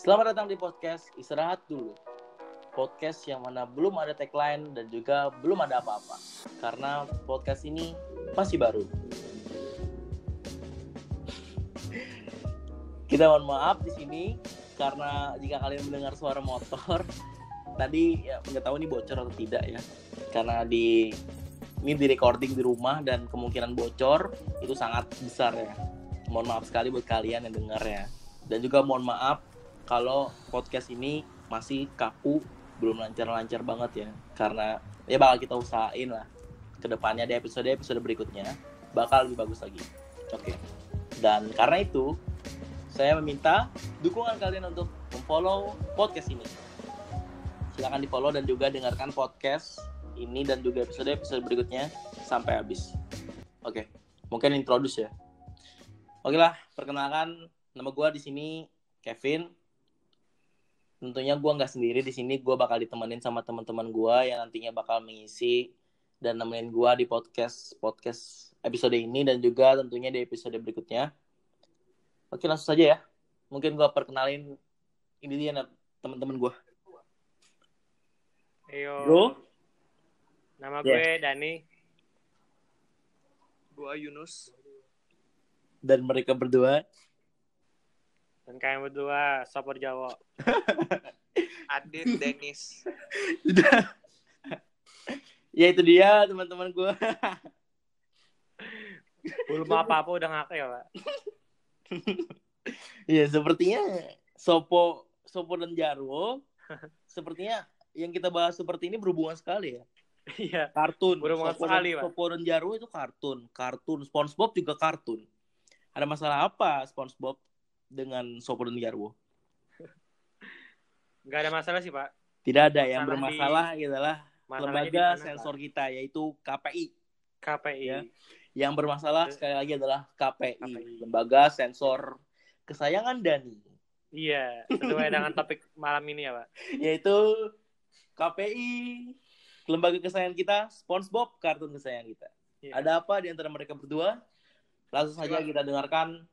Selamat datang di podcast Istirahat Dulu. Podcast yang mana belum ada tagline dan juga belum ada apa-apa. Karena podcast ini masih baru. Kita mohon maaf di sini karena jika kalian mendengar suara motor, tadi ya nggak tahu ini bocor atau tidak ya. Karena ini di recording di rumah dan kemungkinan bocor itu sangat besar ya. Mohon maaf sekali buat kalian yang dengar ya. Dan juga mohon maaf kalau podcast ini masih kaku, belum lancar-lancar banget ya. Karena ya bakal kita usahain lah kedepannya di episode berikutnya bakal lebih bagus lagi. Oke. Dan karena itu saya meminta dukungan kalian untuk memfollow podcast ini. Silakan di-follow dan juga dengarkan podcast ini dan juga episode berikutnya sampai habis. Oke, mungkin introduce ya. Oke lah, perkenalkan nama gue di sini Kevin. Tentunya gue nggak sendiri di sini, gue bakal ditemenin sama teman-teman gue yang nantinya bakal mengisi dan nemenin gue di podcast episode ini dan juga tentunya di episode berikutnya. Oke, langsung saja ya. Mungkin gue perkenalin ini dia teman-teman gue. Ayo. Bro. Nama gue Dani. Gue Yunus. Dan mereka berdua. Dan kalian berdua Sopor Jawa. Adit Dennis. Ya itu dia teman-teman gue. Belum apa-apa udah ngaku ya, Pak. Ya sepertinya Sopo dan Jarwo sepertinya yang kita bahas seperti ini berhubungan sekali ya. Iya. Kartun. Berhubungan sekali, Pak. Sopo dan Jarwo itu kartun. SpongeBob juga kartun. Ada masalah apa SpongeBob dengan Sopo dan Jarwo? Gak ada masalah sih, Pak. Tidak ada. Yang bermasalah adalah lembaga dimana, sensor Pak? kita, yaitu KPI. KPI. Ya. Yang bermasalah sekali lagi adalah KPI. Lembaga sensor kesayangan Dani. Iya, sesuai dengan topik malam ini ya, Pak. Yaitu KPI, lembaga kesayangan kita, SpongeBob, kartun kesayangan kita. Iya. Ada apa di antara mereka berdua? Langsung saja kita dengarkan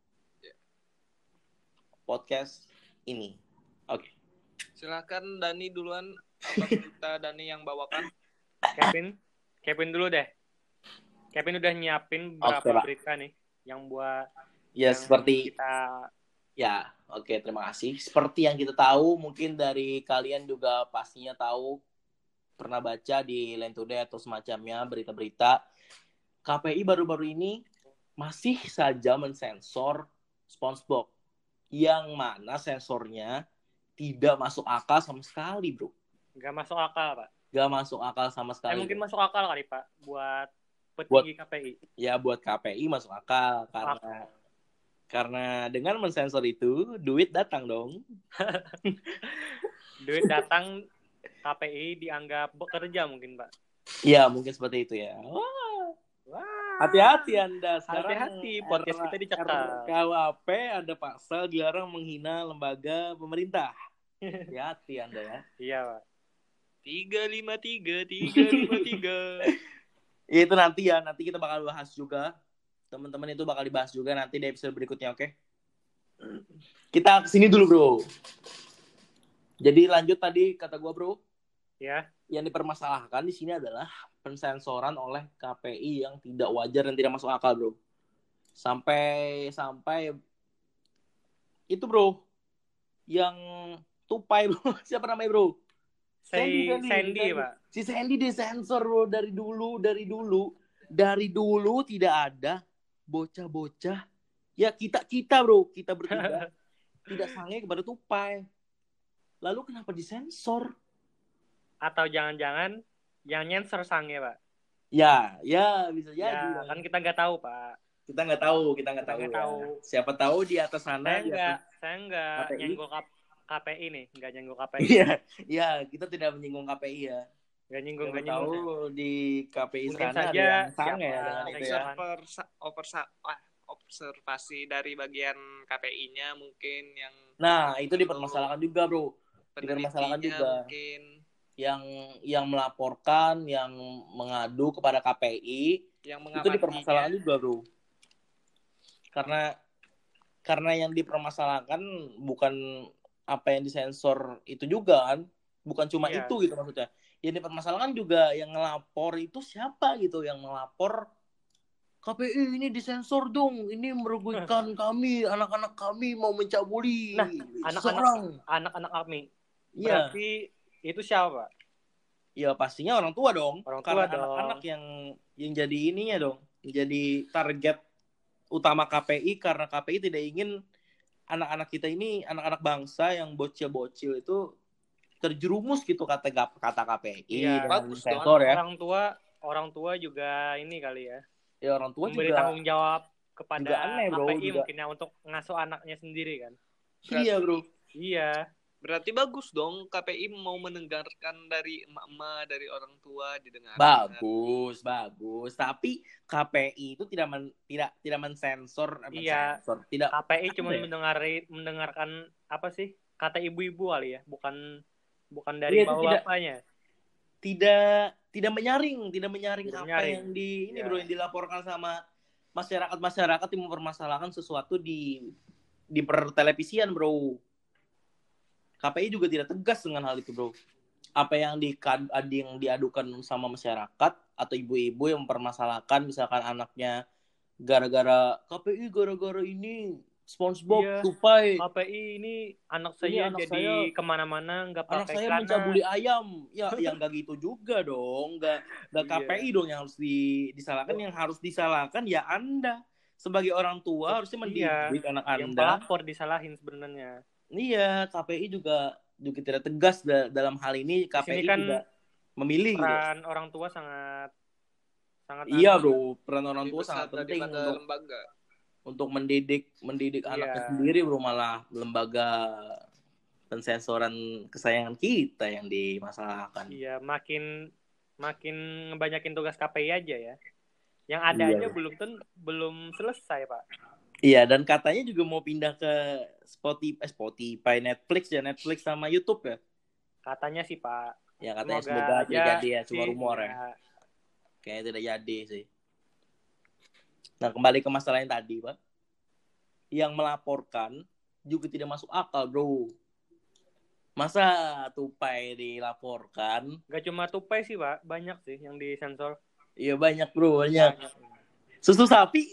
podcast ini. Oke. Silakan Dani duluan. Apa kita Dani yang bawakan? Kevin dulu deh. Kevin udah nyiapin beberapa berita nih yang buat ya yang seperti kita ya, oke, terima kasih. Seperti yang kita tahu, mungkin dari kalian juga pastinya tahu, pernah baca di Line Today atau semacamnya berita-berita, KPI baru-baru ini masih saja mensensor SpongeBob, yang mana sensornya tidak masuk akal sama sekali, bro. Gak masuk akal, Pak. Gak masuk akal sama sekali. Mungkin masuk akal kali, Pak, buat petinggi KPI. Ya, buat KPI masuk akal karena dengan mensensor itu duit datang dong. Duit datang, KPI dianggap bekerja mungkin, Pak. Iya, mungkin seperti itu ya. Wah. Hati-hati Anda sekarang. Hati-hati, podcast kita dicekal. KUHP ada pasal dilarang menghina lembaga pemerintah. Hati-hati Anda ya. Iya, Pak. 353. Ya, itu nanti kita bakal bahas juga. Teman-teman itu bakal dibahas juga nanti di episode berikutnya, oke? Kita kesini dulu, bro. Jadi lanjut tadi kata gue, bro. Ya. Yang dipermasalahkan di sini adalah pensensoran oleh KPI yang tidak wajar dan tidak masuk akal, bro. Sampai itu, bro. Yang tupai, bro. Siapa namanya, bro? Sandy, Pak. Si Sandy disensor, bro, dari dulu tidak ada bocah-bocah. Ya kita bro, kita bertiga tidak sange kepada tupai. Lalu kenapa disensor? Atau jangan-jangan yang nyensor sange, Pak? Ya bisa jadi. Ya, kan kita nggak tahu, Pak. Kita nggak tahu. Siapa tahu di atas sana. Saya nggak nyenggol KPI nih, nggak nyenggol KPI. Iya, kita tidak menyinggung KPI ya. Nggak nyinggung. Tahu di KPI mungkin sana saja ada yang sange ya dengan itu ya. Observasi dari bagian KPI-nya mungkin yang. Nah, itu dipermasalahkan juga, bro. Dipermasalahkan juga. Mungkin yang melaporkan, yang mengadu kepada KPI, itu dipermasalahkan juga, bro. Karena yang dipermasalahkan bukan apa yang disensor itu juga kan, bukan cuma Iya. itu gitu maksudnya. Yang dipermasalahkan juga yang ngelapor itu siapa gitu, yang ngelapor KPI ini disensor dong, ini merugikan kami, anak-anak kami mau mencabuli Nah, seseorang. anak-anak kami. Iya. Berarti itu siapa? Ya pastinya orang tua dong. Orang Karena tua dong. anak-anak yang jadi ininya dong, jadi target utama KPI, karena KPI tidak ingin anak-anak kita ini, anak-anak bangsa yang bocil-bocil itu terjerumus gitu kata KPI Iya, dengan bagus sensor ya. Orang tua juga ini kali ya. Ya orang tua Memberi juga tanggung jawab kepada juga aneh, bro, KPI juga. mungkin ya untuk ngasuh anaknya sendiri kan. Iya, bro. Iya. Berarti bagus dong KPI mau mendengarkan dari emak-emak, dari orang tua didengar. Bagus. Tapi KPI itu tidak mensensor, Iya. mensensor. Tidak. KPI cuma ya? mendengarkan apa sih? Kata ibu-ibu kali ya, bukan dari bapak-bapaknya. Tidak menyaring apa yang ya. bro, yang dilaporkan sama masyarakat yang mempermasalahkan sesuatu di pertelevisian, bro. KPI juga tidak tegas dengan hal itu, bro. Apa yang diadukan sama masyarakat atau ibu-ibu yang mempermasalahkan misalkan anaknya gara-gara ini SpongeBob, iya, tupai. KPI ini anak saya jadi kemana-mana nggak pakai anak saya celana. mencabuli ayam. Ya, yang nggak gitu juga dong. Nggak KPI dong yang harus disalahkan. Yang harus disalahkan ya Anda sebagai orang tua harusnya mendidik anak Anda. Yang pelapor disalahin sebenarnya. Iya, KPI juga tidak tegas dalam hal ini. KPI kan juga memilih. Peran orang tua sangat iya, bro. Peran orang tua sangat penting untuk mendidik anaknya sendiri, bro. Malah lembaga pensensoran kesayangan kita yang dimasalahkan. Iya, makin ngebanyakin tugas KPI aja ya. Yang ada aja belum selesai, Pak. Iya, dan katanya juga mau pindah ke Spotify, Netflix sama YouTube ya. Katanya sih, Pak. Ya, katanya semoga jadi ya, cuma rumor ya. Kayaknya tidak jadi sih. Nah, kembali ke masalah yang tadi, Pak. Yang melaporkan juga tidak masuk akal, bro. Masa tupai dilaporkan? Gak cuma tupai sih, Pak. Banyak sih yang disensor. Iya, banyak, bro. Banyak. Susu sapi.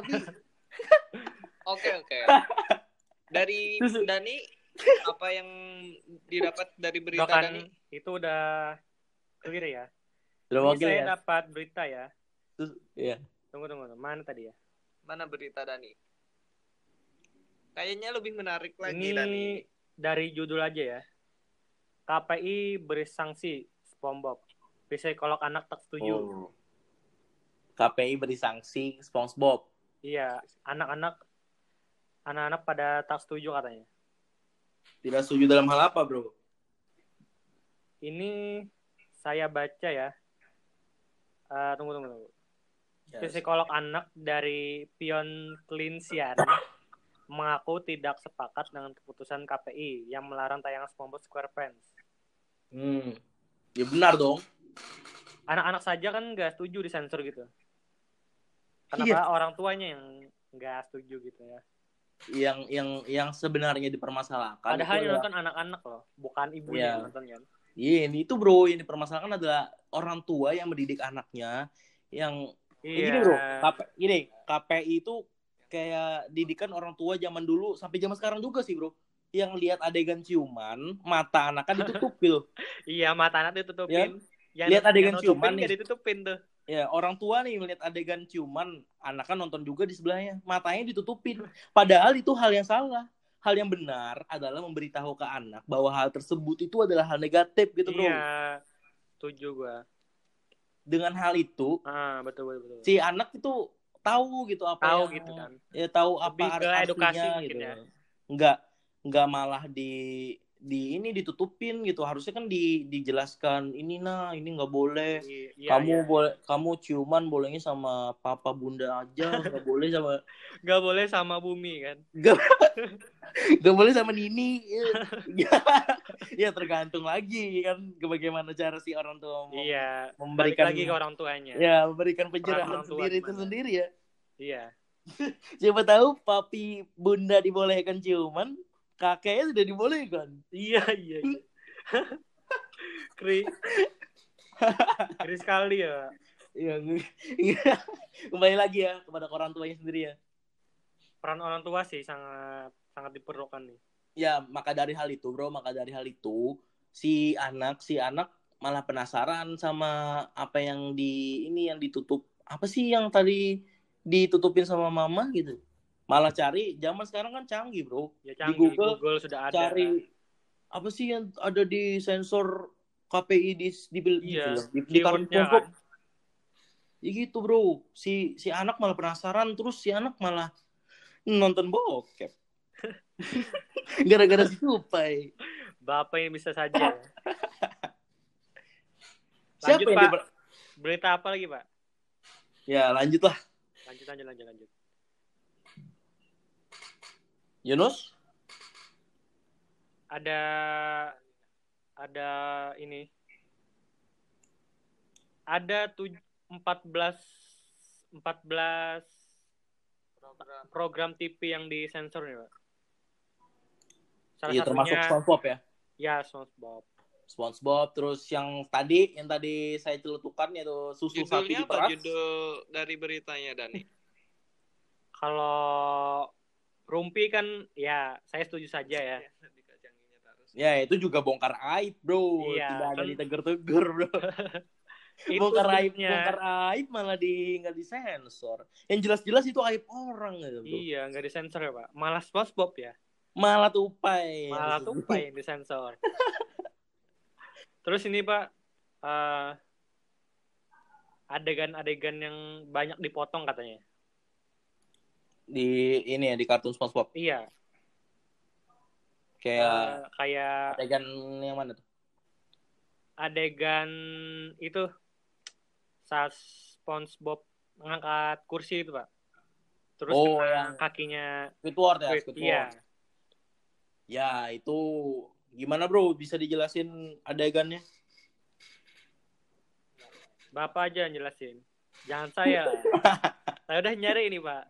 Oke. Dari Dani, apa yang didapat dari berita Dani? Itu udah clear ya. Ini saya dapat berita ya. Iya. Tunggu. Mana tadi ya? Mana berita Dani? Kayaknya lebih menarik lagi, ini Dani. Dari judul aja ya. KPI beri sanksi SpongeBob. Psikolog anak tak setuju. KPI beri sanksi SpongeBob. Iya, anak-anak pada tak setuju katanya. Tidak setuju dalam hal apa, bro? Ini saya baca ya. Tunggu. Yes. Psikolog anak dari Pion Klinsian mengaku tidak sepakat dengan keputusan KPI yang melarang tayangan SpongeBob SquarePants. Ya benar dong. Anak-anak saja kan nggak setuju disensor gitu. Kenapa orang tuanya yang nggak setuju gitu ya? Yang sebenarnya dipermasalahkan. Padahal yang nonton anak-anak loh, bukan ibunya yang nonton kan? Iya, ini itu bro, yang dipermasalahkan adalah orang tua yang mendidik anaknya. Yang gini bro, KPI itu kayak didikan orang tua zaman dulu sampai zaman sekarang juga sih bro. Yang lihat adegan ciuman, mata anaknya ditutupin. Iya, mata anak ditutupin. Ya? Lihat adegan ciuman nih. Ditutupin tuh. Ya, orang tua nih melihat adegan ciuman, anak kan nonton juga di sebelahnya, matanya ditutupin. Padahal itu hal yang salah. Hal yang benar adalah memberitahu ke anak bahwa hal tersebut itu adalah hal negatif gitu, bro. Iya, setuju gua. Dengan hal itu, betul. si anak itu tahu gitu apa tahu yang, gitu kan. Ya tahu lebih apa ke edukasi gitu. Ya. Enggak malah ini ditutupin gitu. Harusnya kan dijelaskan ini nggak boleh. Kamu ciuman bolehnya sama papa bunda aja, nggak boleh sama bumi kan. Nggak boleh sama Nini. Ya tergantung lagi kan bagaimana cara si orang tua memberikan lagi ke orang tuanya. Ya, memberikan pencerahan sendiri ya. Iya. Siapa tahu papi bunda dibolehkan ciuman, kakeknya sudah dibolehkan. Iya. Kri sekali ya. Iya. Kembali lagi ya kepada orang tuanya sendiri ya. Peran orang tua sih sangat diperlukan nih. Ya, maka dari hal itu si anak malah penasaran sama apa yang yang ditutup. Apa sih yang tadi ditutupin sama mama gitu. Malah cari, zaman sekarang kan canggih, Bro. Ya canggih, Di Google sudah ada. Cari apa sih yang ada di sensor KPI iya, di kartu kan? Ya gitu, Bro. Si anak malah penasaran, terus si anak malah nonton bokep. Gara-gara si Tupai. Bapak yang bisa saja. Siapa yang Pak? Berita apa lagi, Pak? Ya, lanjutlah. Lanjut. Yunus? Ada ini. Ada 14 program TV yang disensor nih, Pak. Salah satunya termasuk SpongeBob ya? Ya, SpongeBob. Terus yang tadi saya celutukan yaitu susu sapi diperas. Judulnya apa judul dari beritanya, Dani? Kalau Rumpi kan ya saya setuju saja ya. Ya, itu juga bongkar aib, Bro. Iya, tidak ada ditegur-tegur, Bro. bongkar aib malah nggak disensor. Yang jelas-jelas itu aib orang gitu, Bro. Iya, nggak disensor ya, Pak. Malah SpongeBob ya. Malah tupai yang disensor. Terus ini, Pak, adegan-adegan yang banyak dipotong katanya. Di kartun SpongeBob. Iya. Kayak adegan yang mana tuh? Adegan itu saat SpongeBob mengangkat kursi itu, Pak. Terus yang kakinya Squidward ya, Iya. Ya, itu gimana, Bro? Bisa dijelasin adegannya? Bapak aja yang jelasin. Jangan saya. Saya udah nyari ini, Pak.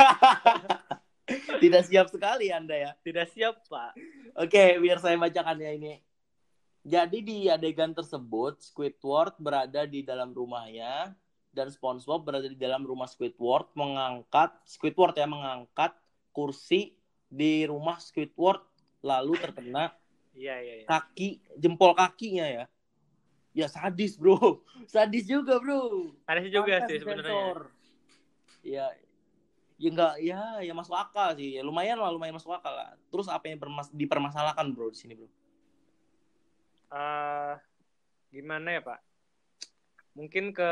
Tidak siap sekali Anda ya. Tidak siap, Pak. Oke, biar saya bacakan ya ini. Jadi di adegan tersebut, Squidward berada di dalam rumahnya dan SpongeBob berada di dalam rumah Squidward mengangkat kursi di rumah Squidward lalu terkena jempol kakinya ya. Ya sadis, Bro. Sadis juga, Bro. Sadis juga sih sebenarnya. Ya masuk akal sih. Ya, lumayan masuk akal lah. Terus apa yang dipermasalahkan, Bro, di sini, Bro? Gimana ya, Pak? Mungkin ke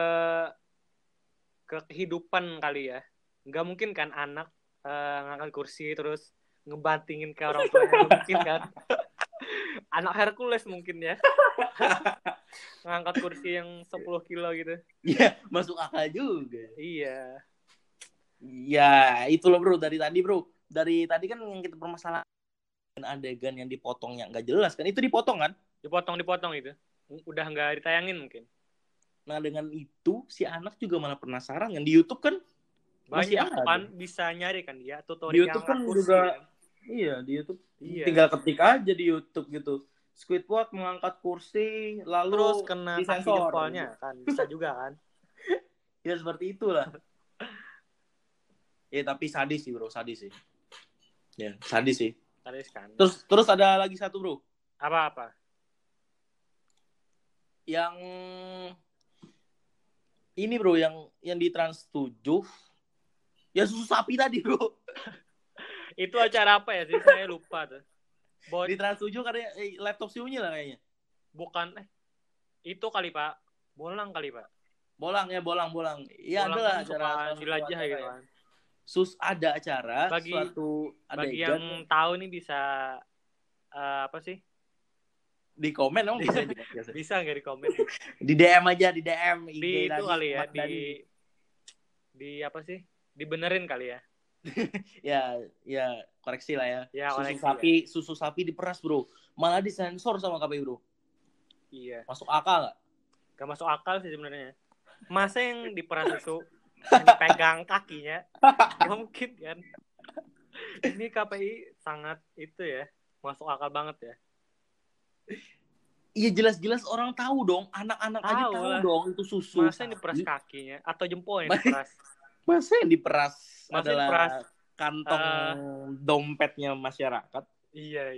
kehidupan kali ya. Nggak mungkin kan anak ngangkat kursi terus ngebantingin ke orang tuanya. Mungkin kan. Anak Hercules mungkin ya. Ngangkat kursi yang 10 kilo gitu. Iya, masuk akal juga. Iya. Ya, itu loh, Bro. Dari tadi kan yang kita permasalahan adegan yang dipotongnya nggak jelas kan. Itu dipotong kan? Dipotong itu. Udah nggak ditayangin mungkin. Nah, dengan itu si anak juga malah penasaran kan. Di YouTube kan banyak kan bisa nyari kan dia tutorial. Di YouTube kan juga kan? Iya, di YouTube. Iya. Tinggal ketik aja di YouTube gitu. Squidward mengangkat kursi lalu terus kena kaki jempolnya kan. Bisa juga kan. Ya seperti itulah. Ya tapi sadis sih, Bro. Sadis sih. Ya, sadis sih. Sadis kan. Terus ada lagi satu, Bro. Apa? Yang ini, Bro, yang di Trans 7. Ya susu sapi tadi, Bro. Itu acara apa ya sih? Saya lupa tuh. Di Trans 7 katanya laptop Xiaomi lah kayaknya. Bukan itu kali, Pak. Bolang kali, Pak. Bolang. Iya, adalah acara jelajah gitu kan. Ada acara bagi adegan. Yang tahu nih bisa apa sih? Di komen dong bisa. Bisa nggak di komen? Di DM aja, di DM. Di itu kali ya, di apa sih? Dibenerin kali ya. ya koreksi lah ya. Susu sapi diperas, Bro. Malah disensor sama KPI, Bro. Iya. Masuk akal nggak? Gak masuk akal sih sebenarnya. Masa yang diperas susu dipegang kakinya? Gak mungkin kan. Ini KPI sangat itu ya. Masuk akal banget ya. Iya jelas-jelas orang tahu dong, anak-anak aja Tahu tahu lah. dong itu susu Masa yang diperas sapi. kakinya atau jempolnya yang diperas? Masa yang diperas Masa yang adalah diperas, kantong dompetnya masyarakat? Iya.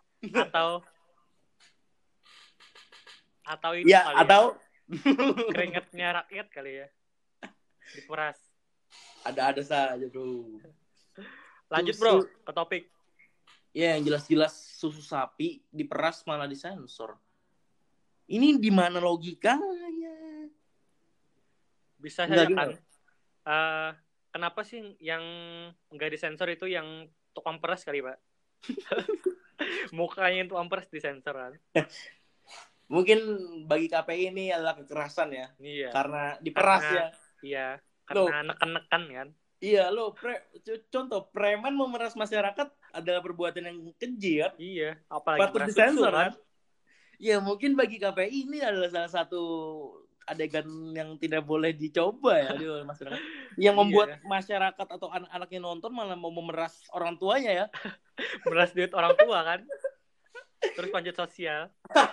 Atau itu Ya, kali atau ya. Keringatnya rakyat kali ya. Diperas. ada saja, Bro. Lanjut, Susu. Bro, ke topik. Ya, yang jelas-jelas susu sapi diperas malah disensor. Ini di mana logikanya? Bisa Enggak saja gitu. kan. Kenapa sih yang nggak disensor itu yang tukang peras kali, Pak? Mukanya yang tukang peras disensor kan. Mungkin bagi KPI ini adalah kekerasan ya. Iya. Karena diperas ya. Iya, karena neken-neken kan. Iya, contoh preman memeras masyarakat adalah perbuatan yang keji kan. Iya, apalagi Patut peras disensor susu kan. Ya mungkin bagi KPI ini adalah salah satu adegan yang tidak boleh dicoba ya di masyarakat. Yang membuat masyarakat atau anak-anak yang nonton malah mau memeras orang tuanya ya. Memeras duit orang tua kan. Terus panjat sosial.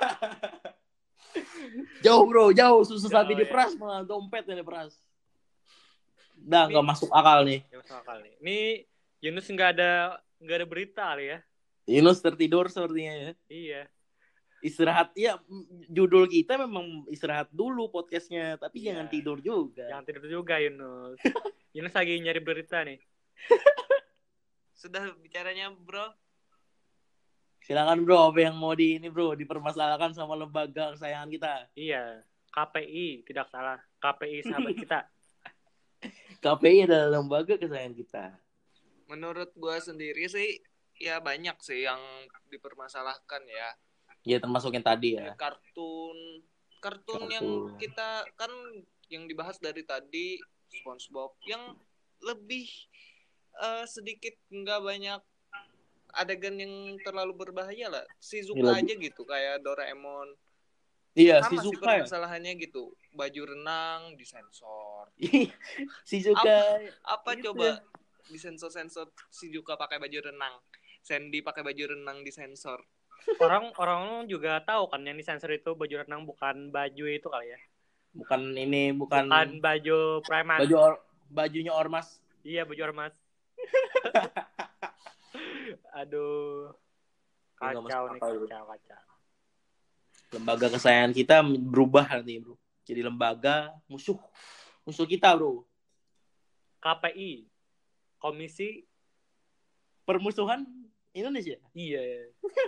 Jauh susu sapi ya. diperas malah dompet yang diperas. Dah nggak masuk akal nih. Nggak masuk akal nih. Ini Yunus nggak ada berita kali ya. Yunus tertidur sepertinya ya. Iya. Istirahat ya, judul kita memang istirahat dulu podcastnya, tapi jangan tidur juga. Jangan tidur juga Yunus. Yunus lagi nyari berita nih. Sudah bicaranya, Bro? Silakan Bro, apa yang mau dipermasalahkan sama lembaga kesayangan kita? Iya, KPI tidak salah. KPI sahabat kita. KPI adalah lembaga kesayangan kita. Menurut gua sendiri sih ya banyak sih yang dipermasalahkan ya. Ya termasuk yang tadi ya. Kartun yang kita kan yang dibahas dari tadi SpongeBob yang lebih sedikit nggak banyak adegan yang terlalu berbahaya lah. Shizuka aja gitu kayak Doraemon. Iya, sama Shizuka. Sih permasalahannya gitu. Baju renang disensor. Shizuka apa gitu coba ya? Disensor Shizuka pakai baju renang. Sandy pakai baju renang disensor. Orang juga tahu kan yang disensor itu baju renang bukan baju itu kali ya. Bukan baju preman. Bajunya ormas. Iya, baju ormas. Aduh. Kacau nih, kacau. Lembaga kesayangan kita berubah nanti, Bro. Jadi lembaga musuh kita, Bro. KPI. Komisi Permusuhan Indonesia. Iya.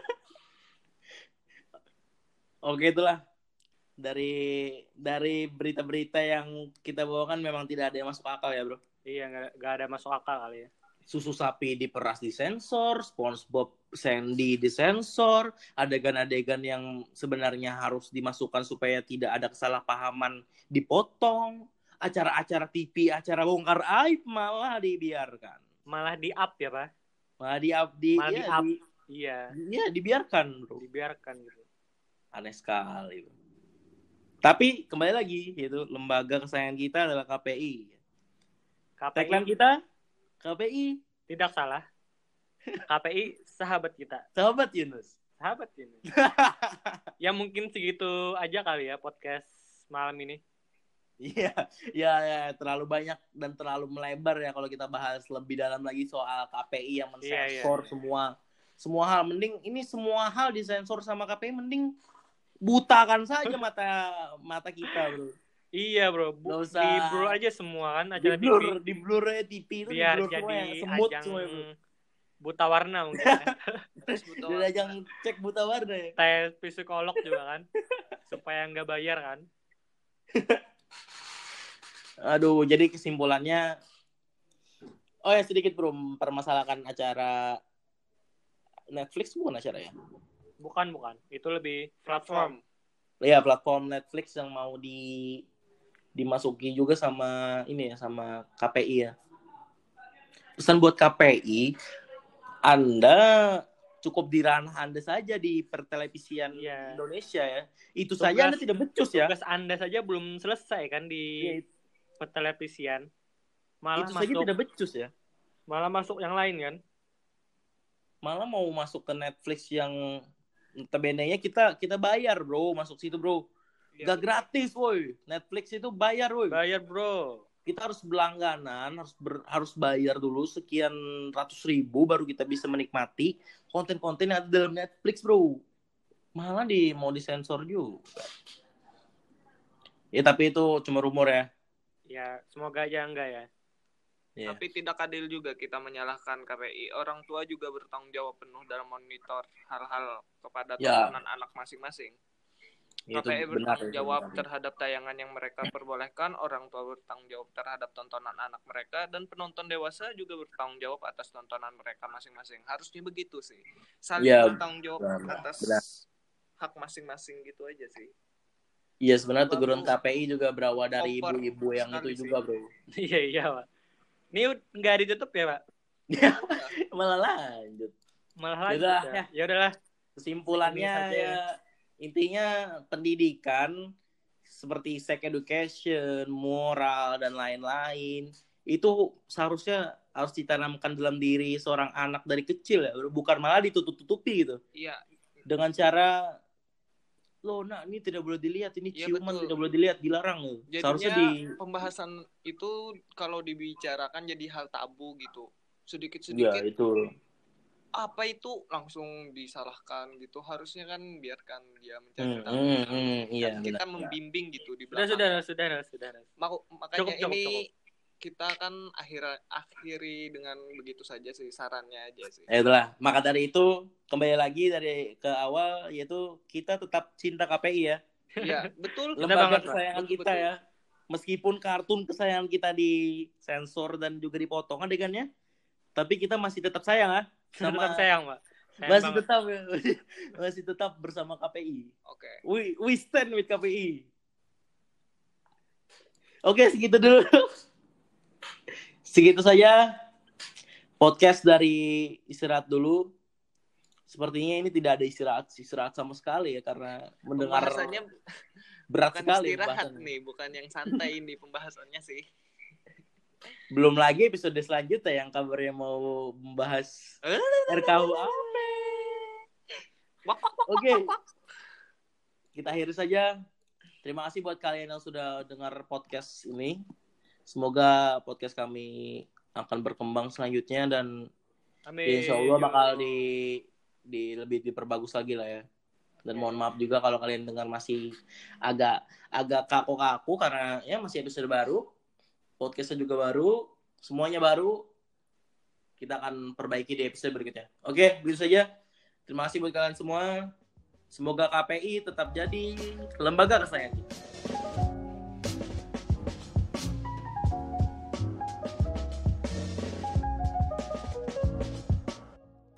Oke, itulah dari berita-berita yang kita bawakan memang tidak ada yang masuk akal ya, Bro. Iya, nggak ada masuk akal kali ya. Susu sapi diperas disensor, SpongeBob Sandy disensor, adegan-adegan yang sebenarnya harus dimasukkan supaya tidak ada kesalahpahaman dipotong, acara-acara TV, acara bongkar aib malah dibiarkan. Malah di-up ya, Pak? Malah di-up. Iya. Iya, dibiarkan, Bro. Dibiarkan gitu. Aneh sekali, Bro. Tapi kembali lagi, yaitu lembaga kesayangan kita adalah KPI. Tagline kita, KPI tidak salah. KPI sahabat kita. Sahabat Yunus. Ya mungkin segitu aja kali ya podcast malam ini. Iya, ya terlalu banyak dan terlalu melebar ya kalau kita bahas lebih dalam lagi soal KPI yang mensensor semua hal. Mending ini semua hal disensor sama KPI, mending butakan saja mata kita, Bro. Iya, Bro. Di blur aja semua kan acara TV. Di blur aja TV itu biar di blur jadi semut ajang semua, buta warna mungkin ya. Jadi ajang cek buta warna ya. Tes psikolog juga kan. Supaya nggak bayar kan. Aduh, jadi kesimpulannya sedikit Bro mempermasalahkan acara Netflix, bukan acara ya? Bukan. Itu lebih platform. Ya, platform Netflix yang mau dimasuki juga sama sama KPI ya. Pesan buat KPI, Anda cukup di ranah Anda saja di pertelevisian Indonesia ya. Itu saja Anda tidak becus ya. Tugas Anda saja belum selesai kan di pertelevisian. Malah itu saja tidak becus ya. Malah masuk yang lain kan. malah mau masuk ke Netflix yang notabene-nya kita bayar, bro, masuk situ, bro. Iya, Gak gratis, woi. Netflix itu bayar, woi. Bayar, bro. Kita harus berlangganan, harus bayar dulu sekian ratus ribu baru kita bisa menikmati konten-konten yang ada dalam Netflix, bro. Malah mau disensor juga. Ya tapi itu cuma rumor ya. Ya, semoga aja enggak ya. Ya. Tapi tidak adil juga kita menyalahkan KPI. Orang tua juga bertanggung jawab penuh dalam monitor hal-hal kepada Ya. tontonan anak masing-masing. Ya, itu KPI benar, bertanggung itu jawab benar. terhadap tayangan yang mereka perbolehkan, orang tua bertanggung jawab terhadap tontonan anak mereka, dan penonton dewasa juga bertanggung jawab atas tontonan mereka masing-masing. Harusnya begitu sih. Saling Ya, bertanggung jawab benar, atas benar. hak masing-masing gitu aja sih. Iya, sebenarnya Terlalu teguran KPI juga berawal dari over ibu-ibu yang sekali itu sih. juga, bro. Iya, Pak. Ini nggak ditutup ya, Pak? Malah lanjut. Malah lanjut Yaudah, ya. ya. Ya udahlah. Kesimpulannya Segini saja ya intinya pendidikan seperti sex education, moral dan lain-lain itu seharusnya harus ditanamkan dalam diri seorang anak dari kecil ya, bukan malah ditutup-tutupi gitu. Iya. Dengan cara loh, nah ini tidak boleh dilihat, ini Iya, ciuman betul. tidak boleh dilihat, dilarang loh. Seharusnya Jadinya pembahasan itu kalau dibicarakan jadi hal tabu gitu. Sedikit-sedikit ya itu. apa itu langsung disalahkan gitu. Harusnya kan biarkan dia mencari tahu. Iya, Kan kita benar. membimbing gitu di belakang. Sudah. Makanya Cukup. ini kita kan akhiri dengan begitu saja sih, sarannya aja sih. Ya itulah, maka dari itu kembali lagi dari ke awal, yaitu kita tetap cinta KPI ya. Iya, betul. Cinta Lembaga banget, Pak. kesayangan Betul, kita betul. ya. Meskipun kartun kesayangan kita disensor dan juga dipotong adegannya, tapi kita masih tetap sayang ya. Tetap sayang, Pak. Sayang Masih banget. tetap masih tetap bersama KPI. Oke. We stand with KPI. Oke, segitu dulu. Segitu saja podcast dari Istirahat Dulu. Sepertinya ini tidak ada istirahat sama sekali ya, karena mendengar Pembahasannya berat bukan sekali istirahat pembahasannya. nih, bukan yang santai ini pembahasannya sih. Belum lagi episode selanjutnya yang kabarnya mau membahas RKUHP. Oke. Kita akhiri saja. Terima kasih buat kalian yang sudah dengar podcast ini. Semoga podcast kami akan berkembang selanjutnya dan Amin. insya Allah bakal lebih diperbagus lagi lah ya. Dan mohon maaf juga kalau kalian dengar masih agak kaku-kaku karena ya masih episode baru. Podcastnya juga baru, semuanya baru. Kita akan perbaiki di episode berikutnya. Oke, begitu saja. Terima kasih buat kalian semua. Semoga KPI tetap jadi lembaga kesayangan kita.